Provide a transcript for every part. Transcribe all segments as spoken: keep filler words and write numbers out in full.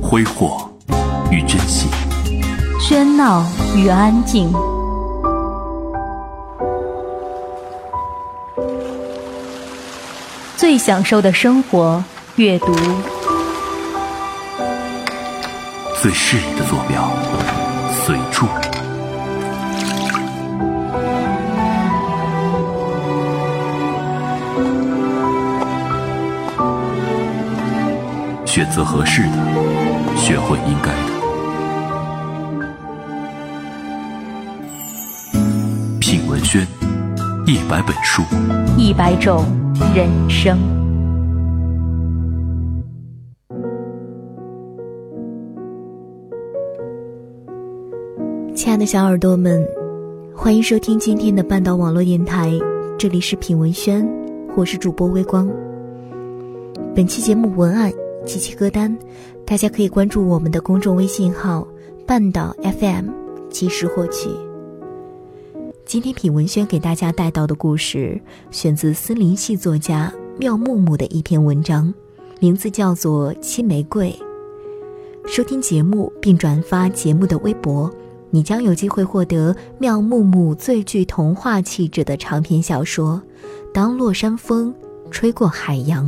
挥霍与珍惜， 喧闹与安静，最享受的生活，阅读； 最适宜的坐标，随处。选择合适的，学会应该的。品文轩，一百本书， 一百种人生。 亲爱的小耳朵们，欢迎收听今天的半岛网络电台，这里是品文轩，我是主播微光。本期节目文案及其歌单，大家可以关注我们的公众微信号半岛 F M 及时获取。今天品文轩给大家带到的故事选自森林系作家妙木木的一篇文章，名字叫做《青玫瑰》。收听节目并转发节目的微博，你将有机会获得妙木木最具童话气质的长篇小说《当落山风吹过海洋》。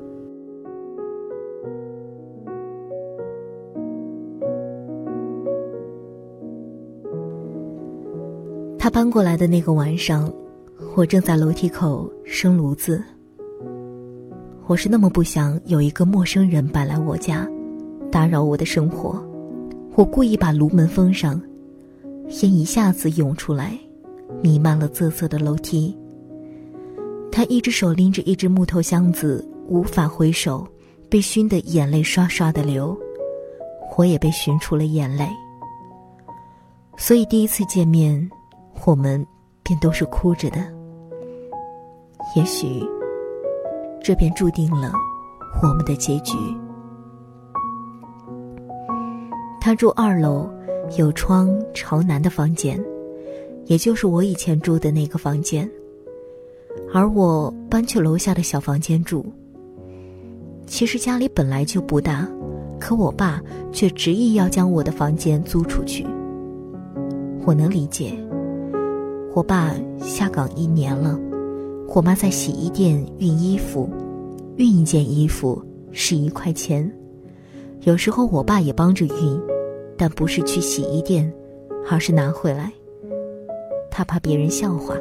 他搬过来的那个晚上，我正在楼梯口生炉子。我是那么不想有一个陌生人搬来我家，打扰我的生活。我故意把炉门封上，烟一下子涌出来，弥漫了仄仄的楼梯。他一只手拎着一只木头箱子，无法回首，被熏得眼泪刷刷地流。我也被熏出了眼泪。所以第一次见面，我们便都是哭着的。也许这便注定了我们的结局。他住二楼，有窗朝南的房间，也就是我以前住的那个房间，而我搬去楼下的小房间住。其实家里本来就不大，可我爸却执意要将我的房间租出去。我能理解，我爸下岗一年了，我妈在洗衣店熨衣服，熨一件衣服是一块钱。有时候我爸也帮着熨，但不是去洗衣店，而是拿回来，他怕别人笑话。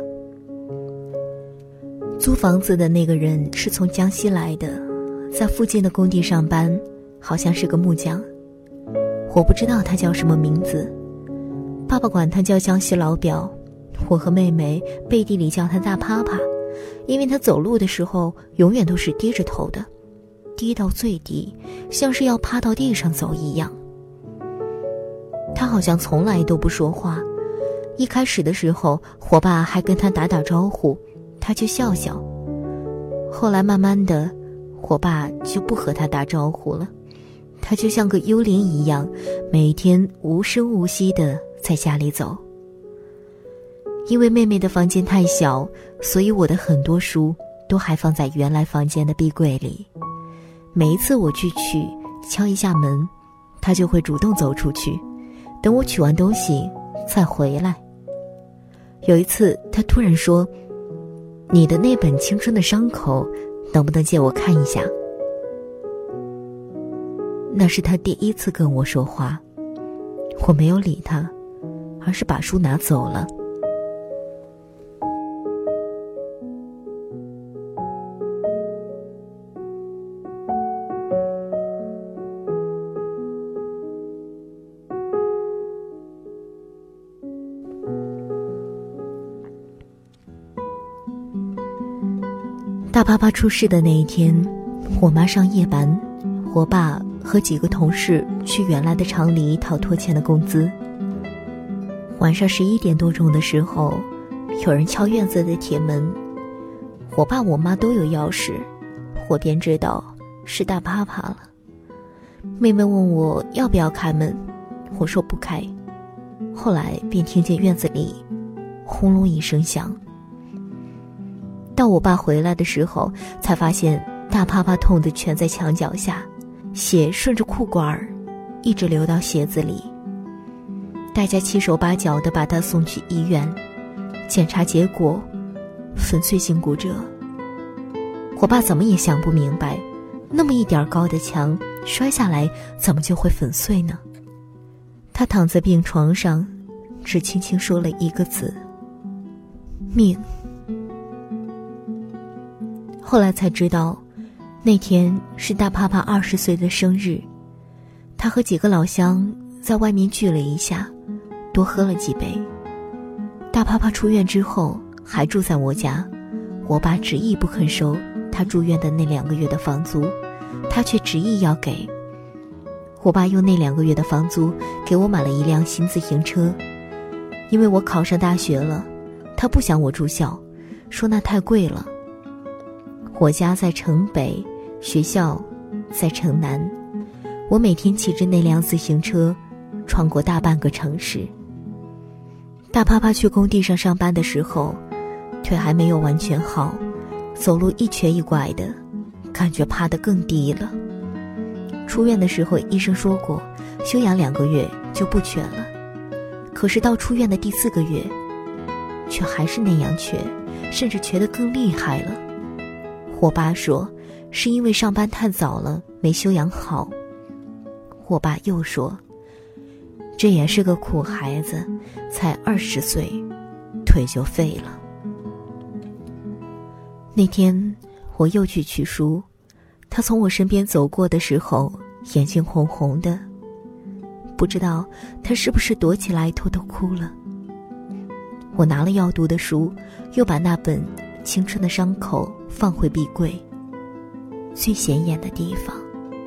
租房子的那个人是从江西来的，在附近的工地上班，好像是个木匠。我不知道他叫什么名字，爸爸管他叫江西老表，我和妹妹背地里叫他大趴趴，因为他走路的时候永远都是低着头的，低到最低，像是要趴到地上走一样。他好像从来都不说话，一开始的时候我爸还跟他打打招呼，他就笑笑。后来慢慢的，我爸就不和他打招呼了，他就像个幽灵一样，每天无声无息的在家里走。因为妹妹的房间太小，所以我的很多书都还放在原来房间的壁柜里。每一次我去取，敲一下门，她就会主动走出去，等我取完东西再回来。有一次她突然说，你的那本青春的伤口能不能借我看一下？那是她第一次跟我说话。我没有理她，而是把书拿走了。大爸爸出事的那一天，我妈上夜班，我爸和几个同事去原来的厂里讨拖欠的工资。晚上十一点多钟的时候，有人敲院子的铁门，我爸我妈都有钥匙，我便知道是大趴趴了。妹妹问我要不要开门，我说不开。后来便听见院子里轰隆一声响。到我爸回来的时候，才发现大趴趴痛得蜷在墙角下，血顺着裤管一直流到鞋子里。大家七手八脚地把他送去医院，检查结果粉碎性骨折。我爸怎么也想不明白，那么一点高的墙摔下来怎么就会粉碎呢？他躺在病床上，只轻轻说了一个字：命。后来才知道，那天是大帕帕二十岁的生日，他和几个老乡在外面聚了一下，多喝了几杯。大帕帕出院之后还住在我家，我爸执意不肯收他住院的那两个月的房租，他却执意要给。我爸用那两个月的房租给我买了一辆新自行车，因为我考上大学了，他不想我住校，说那太贵了。我家在城北，学校在城南，我每天骑着那辆自行车穿过大半个城市。大帕帕去工地上上班的时候，腿还没有完全好，走路一瘸一拐的，感觉趴得更低了。出院的时候医生说过，休养两个月就不瘸了，可是到出院的第四个月却还是那样瘸，甚至瘸得更厉害了。我爸说是因为上班太早了，没休养好。我爸又说这也是个苦孩子，才二十岁腿就废了。那天我又去取书，他从我身边走过的时候眼睛红红的，不知道他是不是躲起来偷偷哭了。我拿了要读的书，又把那本《青春的伤口》放回壁柜最显眼的地方。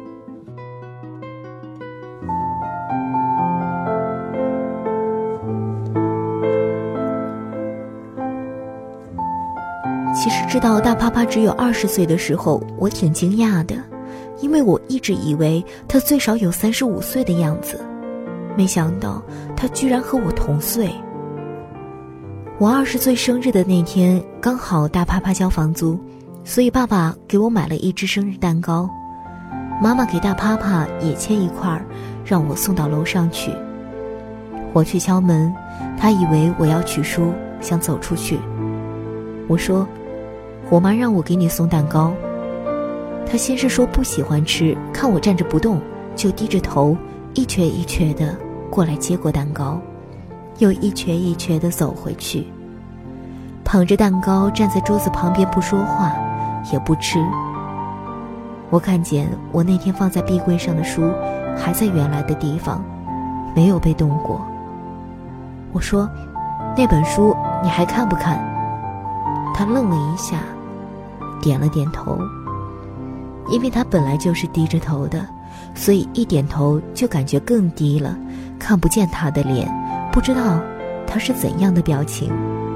其实知道大帕帕只有二十岁的时候，我挺惊讶的，因为我一直以为他最少有三十五岁的样子，没想到他居然和我同岁。我二十岁生日的那天，刚好大帕帕交房租，所以爸爸给我买了一只生日蛋糕，妈妈给大帕帕也切一块，让我送到楼上去。我去敲门，他以为我要取书，想走出去。我说我妈让我给你送蛋糕。他先是说不喜欢吃，看我站着不动，就低着头一瘸一瘸的过来接过蛋糕，又一瘸一瘸地走回去，捧着蛋糕站在桌子旁边不说话也不吃。我看见我那天放在壁柜上的书还在原来的地方，没有被动过。我说那本书你还看不看？他愣了一下，点了点头。因为他本来就是低着头的，所以一点头就感觉更低了，看不见他的脸，不知道他是怎样的表情。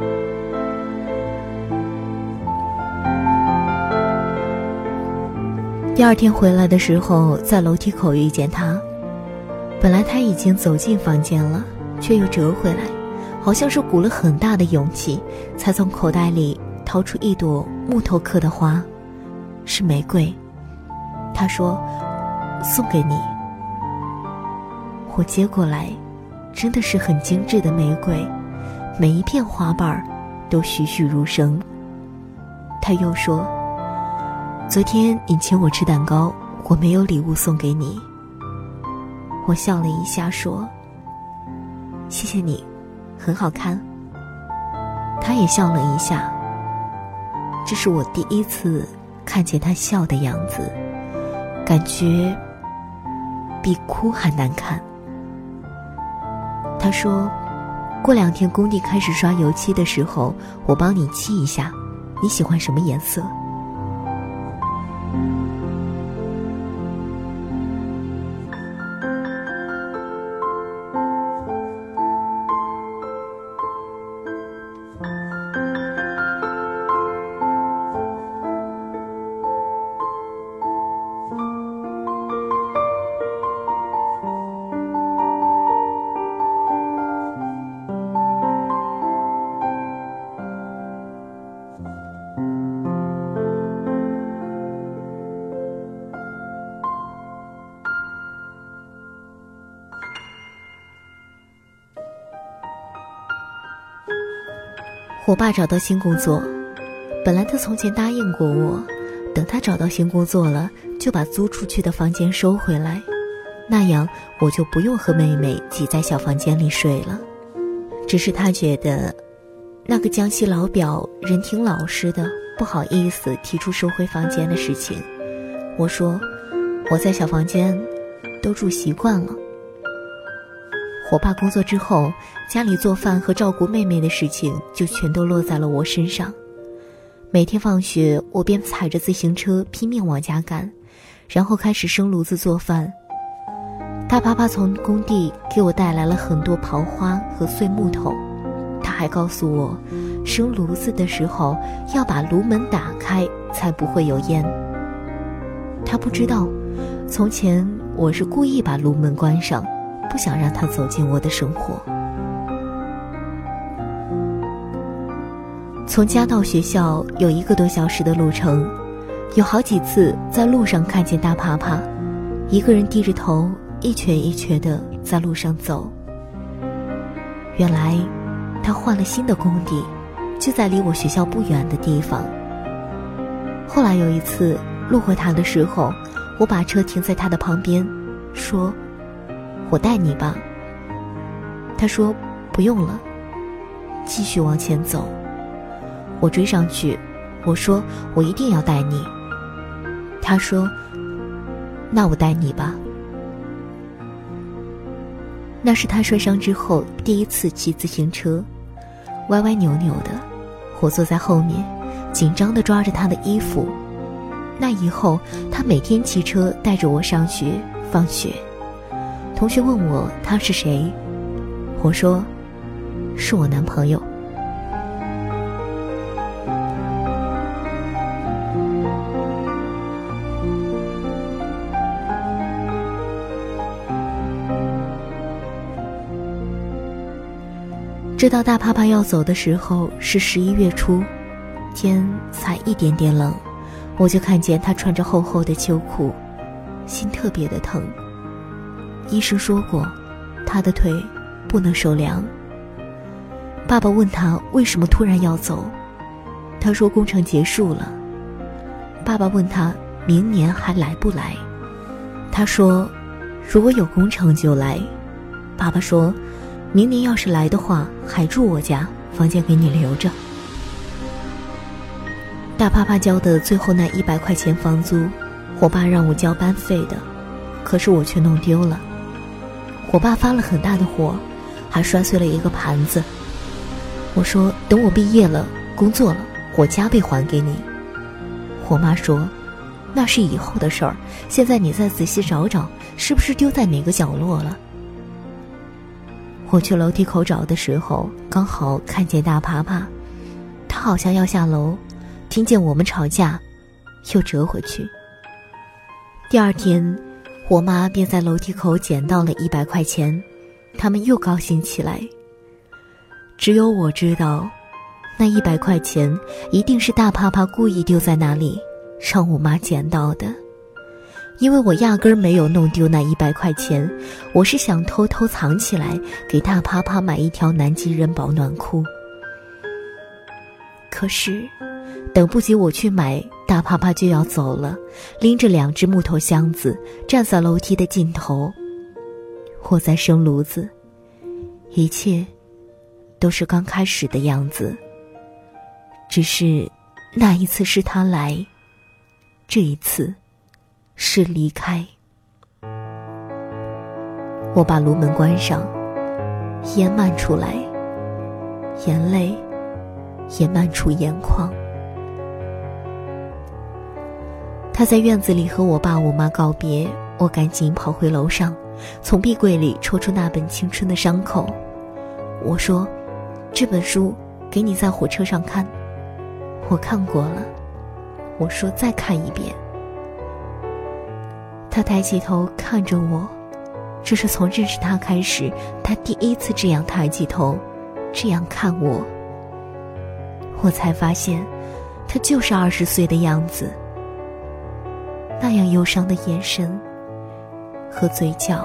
第二天回来的时候，在楼梯口遇见他，本来他已经走进房间了，却又折回来，好像是鼓了很大的勇气，才从口袋里掏出一朵木头刻的花，是玫瑰。他说送给你。我接过来，真的是很精致的玫瑰，每一片花瓣都栩栩如生。他又说昨天你请我吃蛋糕，我没有礼物送给你。我笑了一下说谢谢你，很好看。他也笑了一下，这是我第一次看见他笑的样子，感觉比哭还难看。他说过两天工地开始刷油漆的时候，我帮你漆一下，你喜欢什么颜色？ 我爸找到新工作，本来他从前答应过我，等他找到新工作了，就把租出去的房间收回来，那样我就不用和妹妹挤在小房间里睡了。只是他觉得那个江西老表人挺老实的，不好意思提出收回房间的事情。我说我在小房间都住习惯了。我爸工作之后，家里做饭和照顾妹妹的事情就全都落在了我身上。每天放学，我便踩着自行车拼命往家赶，然后开始生炉子做饭。大爸爸从工地给我带来了很多刨花和碎木头，他还告诉我，生炉子的时候要把炉门打开，才不会有烟。他不知道，从前我是故意把炉门关上，不想让他走进我的生活。从家到学校有一个多小时的路程，有好几次在路上看见大帕帕一个人低着头一瘸一瘸地在路上走。原来他换了新的工地，就在离我学校不远的地方。后来有一次路过他的时候，我把车停在他的旁边，说我带你吧。他说不用了，继续往前走。我追上去，我说我一定要带你。他说那我带你吧。那是他摔伤之后第一次骑自行车，歪歪扭扭的，我坐在后面紧张地抓着他的衣服。那以后他每天骑车带着我上学放学。同学问我他是谁，我说是我男朋友。知道大帕帕要走的时候是十一月初，天才一点点冷，我就看见他穿着厚厚的秋裤，心特别的疼。医生说过他的腿不能受凉。爸爸问他为什么突然要走，他说工程结束了。爸爸问他明年还来不来，他说如果有工程就来。爸爸说明年要是来的话，还住我家，房间给你留着。大帕帕交的最后那一百块钱房租，我爸让我交班费的，可是我却弄丢了。我爸发了很大的火，还摔碎了一个盘子。我说等我毕业了，工作了，我加倍还给你。我妈说那是以后的事儿，现在你再仔细找找，是不是丢在哪个角落了。我去楼梯口找的时候，刚好看见大帕帕，他好像要下楼，听见我们吵架，又折回去。第二天，我妈便在楼梯口捡到了一百块钱，他们又高兴起来。只有我知道，那一百块钱一定是大帕帕故意丢在那里，让我妈捡到的。因为我压根儿没有弄丢那一百块钱，我是想偷偷藏起来，给大帕帕买一条南极人保暖裤。可是等不及我去买，大帕帕就要走了，拎着两只木头箱子站在楼梯的尽头。我在生炉子，一切都是刚开始的样子，只是那一次是他来，这一次是离开。我把炉门关上，烟漫出来，眼泪也漫出眼眶。他在院子里和我爸我妈告别，我赶紧跑回楼上，从壁柜里抽出那本青春的伤口。我说这本书给你在火车上看，我看过了。我说再看一遍。他抬起头看着我，这是从认识他开始，他第一次这样抬起头，这样看我。我才发现，他就是二十岁的样子，那样忧伤的眼神和嘴角。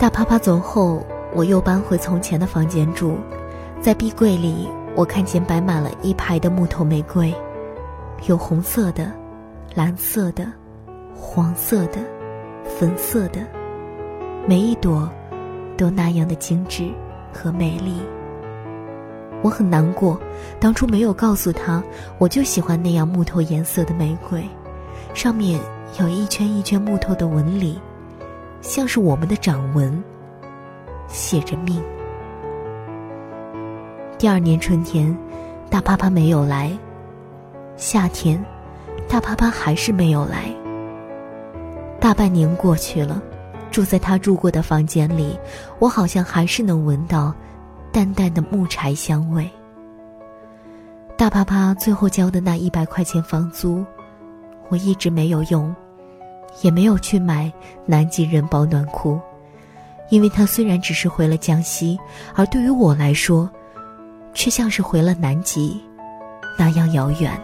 大啪啪走后，我又搬回从前的房间住。在壁柜里，我看见摆满了一排的木头玫瑰，有红色的、蓝色的、黄色的、粉色的，每一朵都那样的精致和美丽。我很难过，当初没有告诉他，我就喜欢那样木头颜色的玫瑰，上面有一圈一圈木头的纹理，像是我们的掌纹，写着命。第二年春天，大啪啪没有来，夏天，大啪啪还是没有来。大半年过去了，住在他住过的房间里，我好像还是能闻到淡淡的木柴香味。大啪啪最后交的那一百块钱房租，我一直没有用，也没有去买南极人保暖裤，因为它虽然只是回了江西，而对于我来说，却像是回了南极，那样遥远。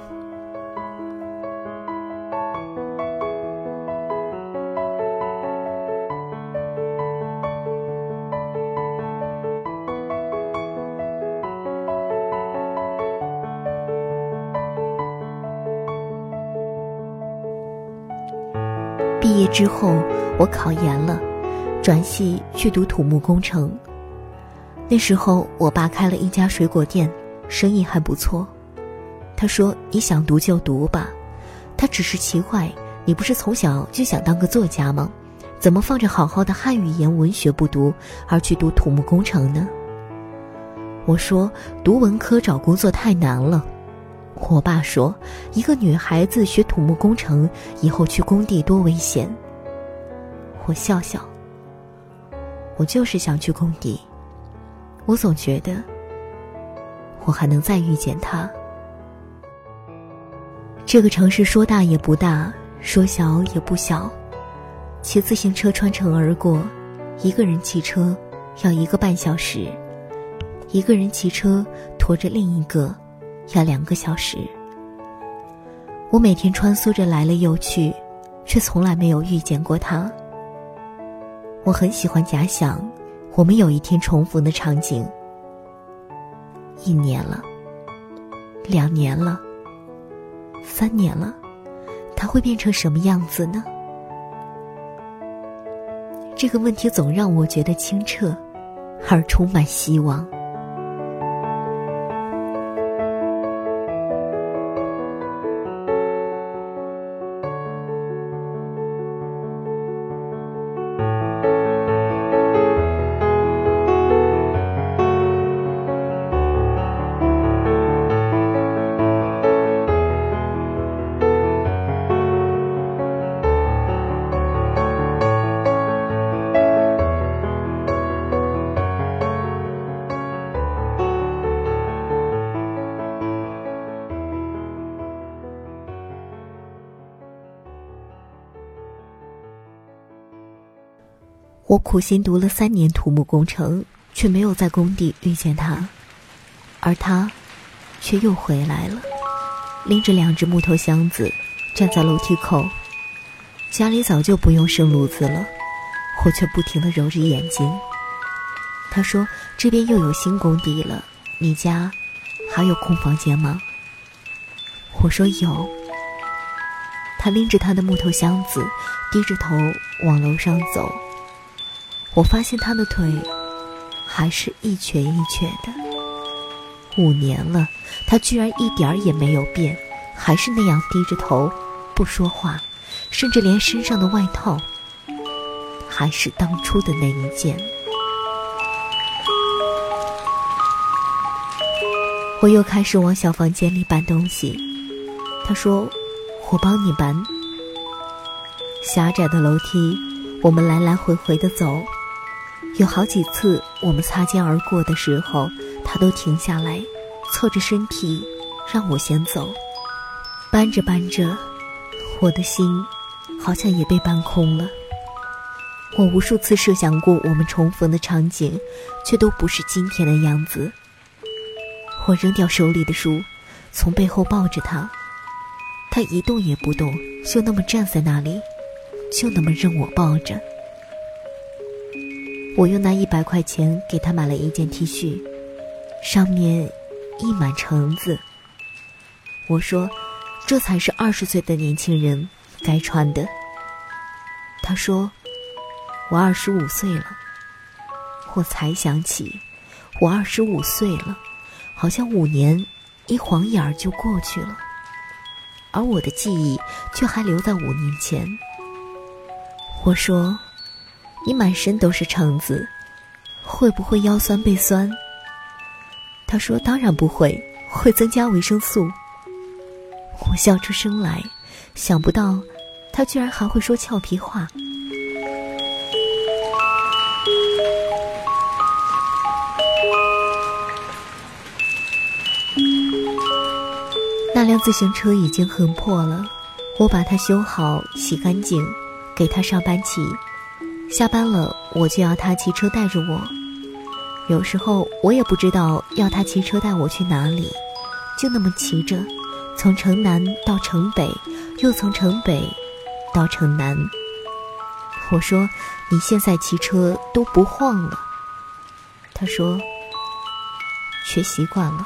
毕业之后，我考研了，转系去读土木工程。那时候我爸开了一家水果店，生意还不错。他说，你想读就读吧。他只是奇怪，你不是从小就想当个作家吗？怎么放着好好的汉语言文学不读，而去读土木工程呢？我说，读文科找工作太难了。我爸说，一个女孩子学土木工程，以后去工地多危险。我笑笑，我就是想去工地。我总觉得我还能再遇见他。这个城市说大也不大，说小也不小，骑自行车穿城而过，一个人骑车要一个半小时，一个人骑车驮着另一个要两个小时。我每天穿梭着来了又去，却从来没有遇见过他。我很喜欢假想我们有一天重逢的场景。一年了，两年了，三年了，他会变成什么样子呢？这个问题总让我觉得清澈而充满希望。我苦心读了三年土木工程，却没有在工地遇见他，而他却又回来了，拎着两只木头箱子站在楼梯口。家里早就不用生炉子了，我却不停地揉着眼睛。他说，这边又有新工地了，你家还有空房间吗？我说有。他拎着他的木头箱子，低着头往楼上走。我发现他的腿还是一瘸一瘸的。五年了，他居然一点儿也没有变，还是那样低着头不说话，甚至连身上的外套还是当初的那一件。我又开始往小房间里搬东西。他说，我帮你搬。狭窄的楼梯，我们来来回回地走。有好几次我们擦肩而过的时候，他都停下来，侧着身体让我先走。搬着搬着，我的心好像也被搬空了。我无数次设想过我们重逢的场景，却都不是今天的样子。我扔掉手里的书，从背后抱着他，他一动也不动，就那么站在那里，就那么任我抱着。 我又拿一百块钱给他买了一件 T 恤，上面印满橙子。我说这才是二十岁的年轻人该穿的。他说我二十五岁了。我才想起我二十五岁了，好像五年一晃眼儿就过去了，而我的记忆却还留在五年前。我说你满身都是橙子，会不会腰酸背酸？他说当然不会，会增加维生素。我笑出声来，想不到他居然还会说俏皮话。那辆自行车已经很破了，我把它修好洗干净，给他上班骑。下班了我就要他骑车带着我，有时候我也不知道要他骑车带我去哪里，就那么骑着，从城南到城北，又从城北到城南。我说你现在骑车都不晃了。他说学习惯了。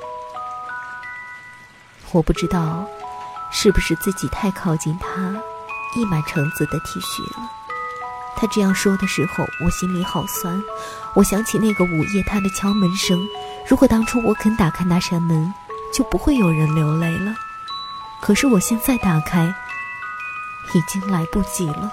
我不知道是不是自己太靠近他印满橙子的 T 恤了。他这样说的时候，我心里好酸。我想起那个午夜他的敲门声，如果当初我肯打开那扇门，就不会有人流泪了。可是我现在打开，已经来不及了。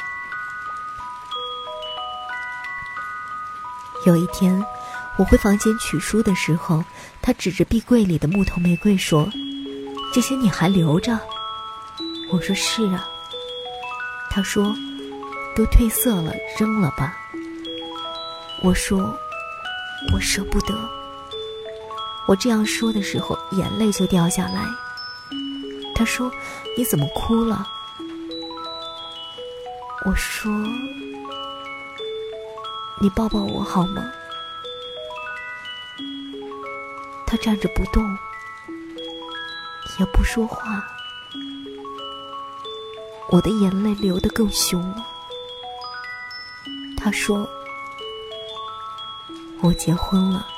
有一天我回房间取书的时候，他指着壁柜里的木头玫瑰说，这些你还留着？我说是啊。他说都褪色了，扔了吧。我说我舍不得。我这样说的时候眼泪就掉下来。他说你怎么哭了？我说你抱抱我好吗？他站着不动，也不说话。我的眼泪流得更凶了。他说我结婚了。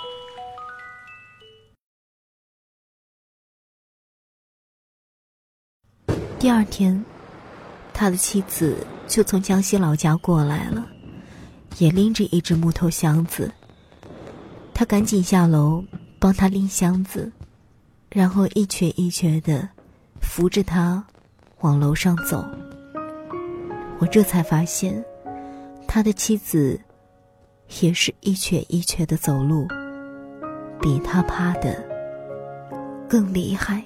第二天他的妻子就从江西老家过来了，也拎着一只木头箱子。他赶紧下楼帮他拎箱子，然后一瘸一瘸地扶着他往楼上走。我这才发现他的妻子也是一瘸一瘸地走路，比他趴得更厉害。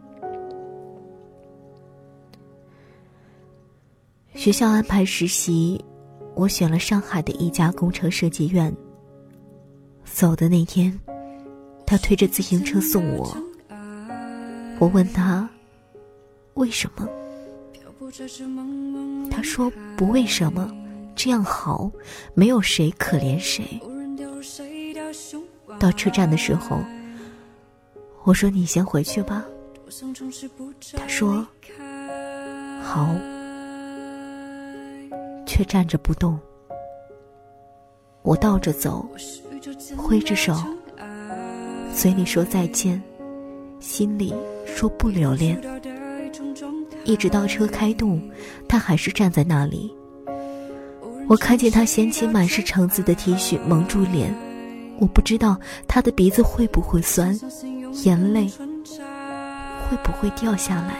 学校安排实习，我选了上海的一家工程设计院。走的那天，他推着自行车送我。我问他为什么，他说不为什么，这样好，没有谁可怜谁。到车站的时候，我说你先回去吧。他说好，却站着不动。我倒着走，挥着手，嘴里说再见，心里说不留恋。一直到车开动，他还是站在那里。我看见他掀起满是橙子的 T 恤，蒙住脸。我不知道他的鼻子会不会酸，眼泪会不会掉下来。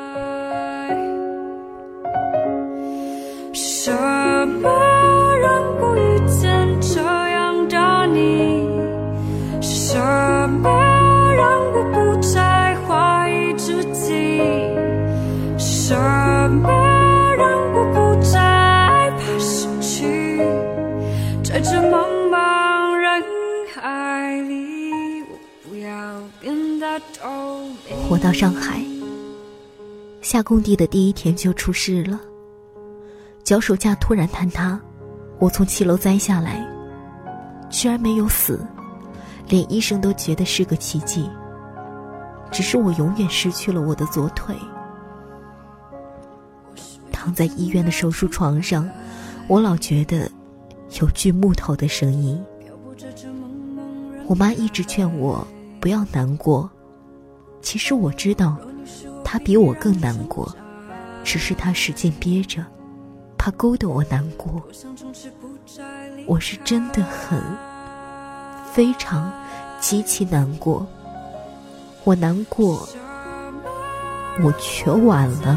什么让我遇见这样的你？是什么让我不再怀疑自己？什么让我不再怕失去？在这茫茫人海里，我不要变得透明。 我到上海，下工地的第一天就出事了。脚手架突然坍塌，我从七楼栽下来，居然没有死，连医生都觉得是个奇迹。只是我永远失去了我的左腿。躺在医院的手术床上，我老觉得有锯木头的声音。我妈一直劝我不要难过，其实我知道她比我更难过，只是她使劲憋着，怕勾得我难过。我是真的很非常极其难过，我难过我全完了。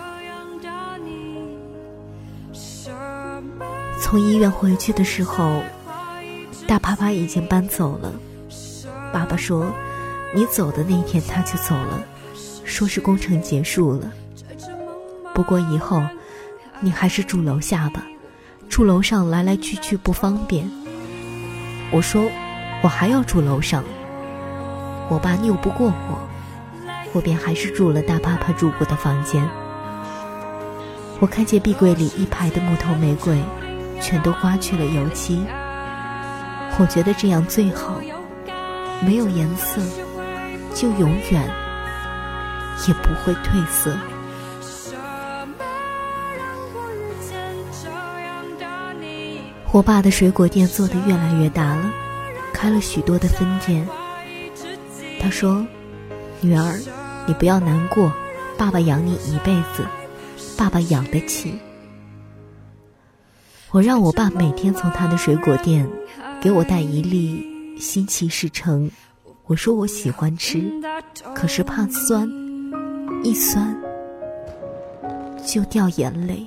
从医院回去的时候，大爸爸已经搬走了。爸爸说，你走的那天他就走了，说是工程结束了，不过以后你还是住楼下吧，住楼上来来去去不方便。我说我还要住楼上，我爸拗不过我，我便还是住了大爸爸住过的房间。我看见壁柜里一排的木头玫瑰全都刮去了油漆，我觉得这样最好，没有颜色就永远也不会褪色。我爸的水果店做得越来越大了，开了许多的分店。他说，女儿，你不要难过，爸爸养你一辈子，爸爸养得起。我让我爸每天从他的水果店给我带一粒新奇士橙，我说我喜欢吃，可是怕酸，一酸就掉眼泪。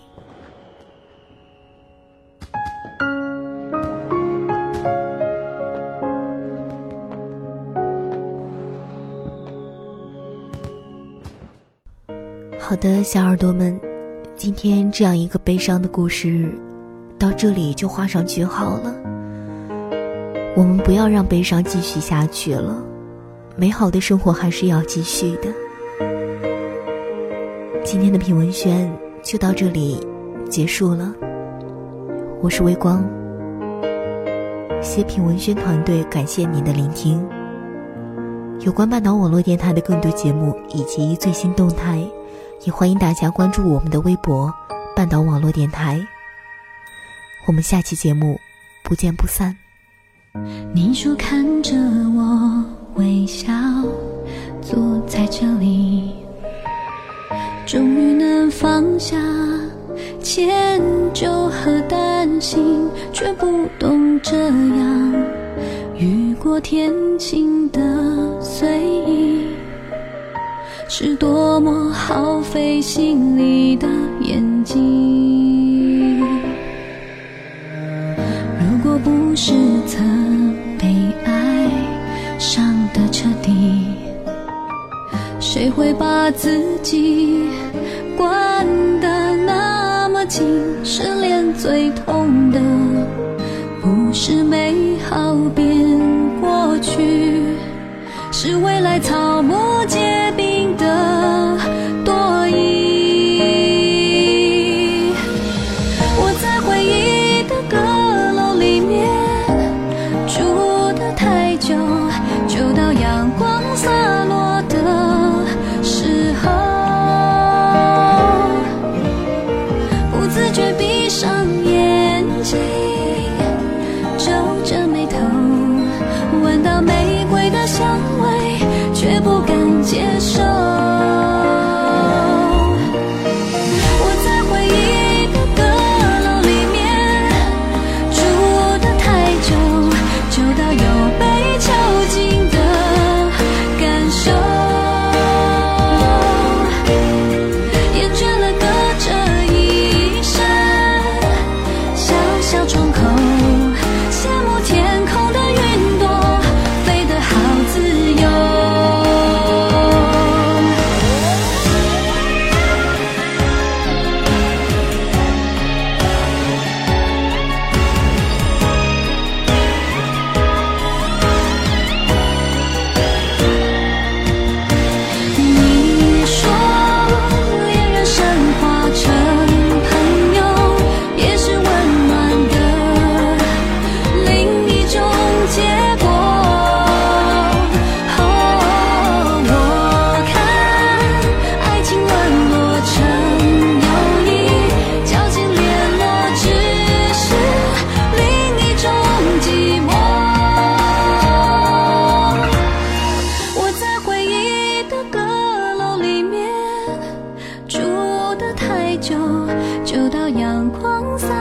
好的，小耳朵们，今天这样一个悲伤的故事到这里就画上句号了。我们不要让悲伤继续下去了，美好的生活还是要继续的。今天的品文轩就到这里结束了，我是微光，写品文轩团队感谢你的聆听。有关半岛网络电台的更多节目以及最新动态，也欢迎大家关注我们的微博半岛网络电台。我们下期节目不见不散。 你说看着我微笑，坐在这里，终于能放下迁就和担心，却不懂这样雨过天晴的随意，是多么耗费心力的眼睛。如果不是曾被爱伤得彻底，谁会把自己关得那么紧？失恋最痛的不是美好变过去，是未来草木皆兵的多疑。我在回忆的阁楼里面住得太久，就到阳光洒落的时候，不自觉闭上眼睛，皱着眉头，闻到玫瑰的香味，却不敢见狂洒。